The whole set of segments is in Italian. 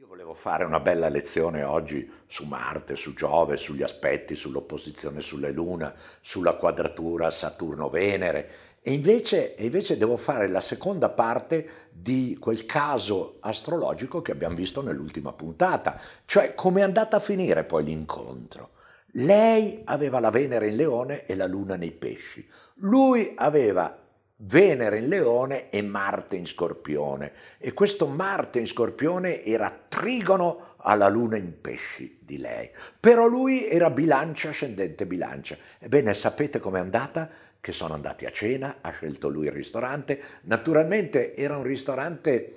Io volevo fare una bella lezione oggi su Marte, su Giove, sugli aspetti, sull'opposizione sulle Luna, sulla quadratura Saturno-Venere e invece devo fare la seconda parte di quel caso astrologico che abbiamo visto nell'ultima puntata, cioè come è andata a finire poi l'incontro. Lei aveva la Venere in Leone e la Luna nei Pesci. Lui aveva Venere in Leone e Marte in Scorpione. E questo Marte in Scorpione era trigono alla Luna in Pesci di lei. Però lui era Bilancia, ascendente Bilancia. Ebbene, sapete com'è andata? Che sono andati a cena, ha scelto lui il ristorante. Naturalmente era un ristorante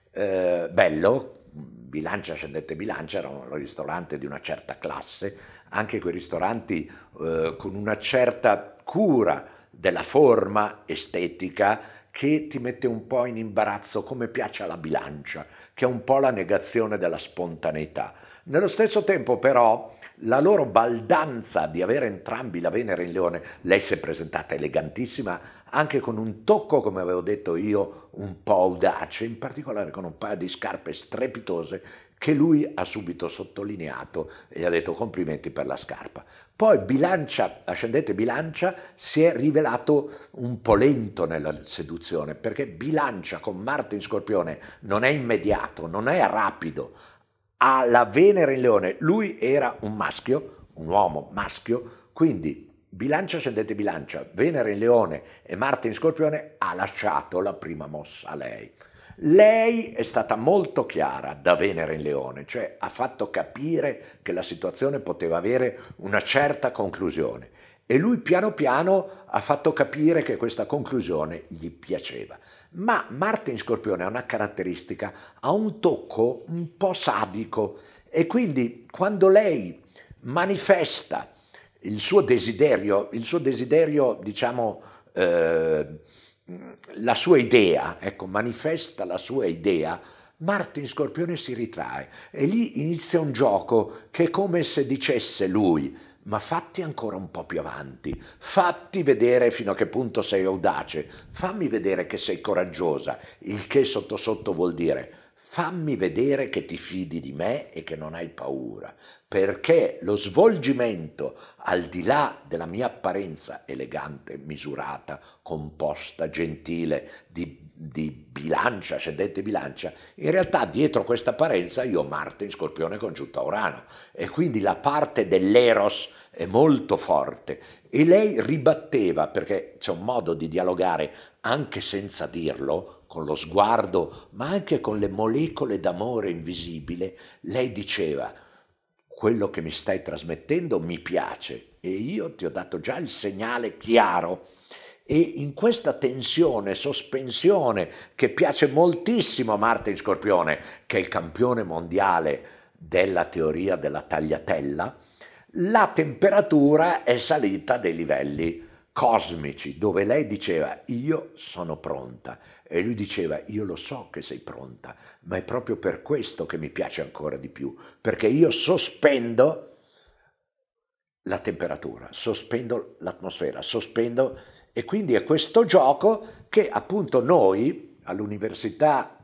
bello. Bilancia, ascendente Bilancia, era un ristorante di una certa classe, anche quei ristoranti con una certa cura della forma estetica che ti mette un po' in imbarazzo, come piace alla Bilancia, che è un po' la negazione della spontaneità. Nello stesso tempo però la loro baldanza di avere entrambi la Venere in Leone, lei si è presentata elegantissima, anche con un tocco, come avevo detto io, un po' audace, in particolare con un paio di scarpe strepitose che lui ha subito sottolineato e gli ha detto complimenti per la scarpa. Poi Bilancia, ascendente Bilancia, si è rivelato un po' lento nella seduzione, perché Bilancia con Marte in Scorpione non è immediato, non è rapido, ha la Venere in Leone, lui era un maschio, un uomo maschio, quindi Bilancia ascendente Bilancia, Venere in Leone e Marte in Scorpione ha lasciato la prima mossa a lei. Lei è stata molto chiara da Venere in Leone, cioè ha fatto capire che la situazione poteva avere una certa conclusione e lui piano piano ha fatto capire che questa conclusione gli piaceva. Ma Marte in Scorpione ha una caratteristica, ha un tocco un po' sadico e quindi quando lei manifesta il suo desiderio diciamo, la sua idea, ecco, manifesta la sua idea, Marte in Scorpione si ritrae e lì inizia un gioco che è come se dicesse lui: ma fatti ancora un po' più avanti, fatti vedere fino a che punto sei audace, fammi vedere che sei coraggiosa, il che sotto sotto vuol dire fammi vedere che ti fidi di me e che non hai paura, perché lo svolgimento, al di là della mia apparenza elegante, misurata, composta, gentile, di Bilancia, ascendente Bilancia, in realtà dietro questa apparenza io ho Marte in Scorpione congiunta a Urano e quindi la parte dell'eros è molto forte e lei ribatteva, perché c'è un modo di dialogare anche senza dirlo, con lo sguardo, ma anche con le molecole d'amore invisibile, lei diceva: quello che mi stai trasmettendo mi piace e io ti ho dato già il segnale chiaro. E in questa tensione, sospensione, che piace moltissimo a Marte in Scorpione, che è il campione mondiale della teoria della tagliatella, la temperatura è salita a dei livelli cosmici, dove lei diceva io sono pronta e lui diceva io lo so che sei pronta, ma è proprio per questo che mi piace ancora di più, perché io sospendo la temperatura, sospendo l'atmosfera, sospendo e quindi è questo gioco che appunto noi all'Università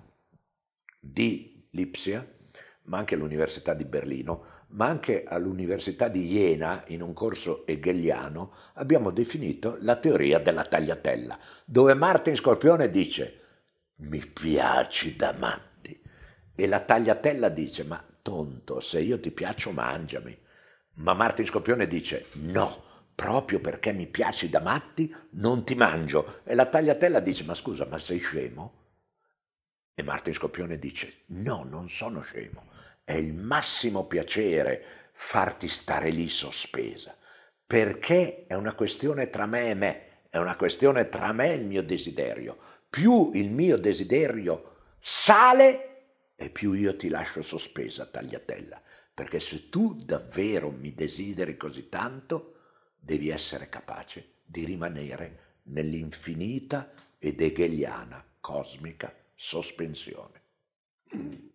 di Lipsia, ma anche all'Università di Berlino, ma anche all'Università di Jena, in un corso hegeliano, abbiamo definito la teoria della tagliatella, dove Marte in Scorpione dice mi piaci da matti e la tagliatella dice ma tonto, se io ti piaccio mangiami. Ma Marte in Scorpione dice no, proprio perché mi piaci da matti non ti mangio. E la tagliatella dice ma scusa, ma sei scemo? E Marte in Scorpione dice no, non sono scemo, è il massimo piacere farti stare lì sospesa, perché è una questione tra me e me, è una questione tra me e il mio desiderio. Più il mio desiderio sale e più io ti lascio sospesa, tagliatella, perché se tu davvero mi desideri così tanto, devi essere capace di rimanere nell'infinita ed hegeliana, cosmica sospensione.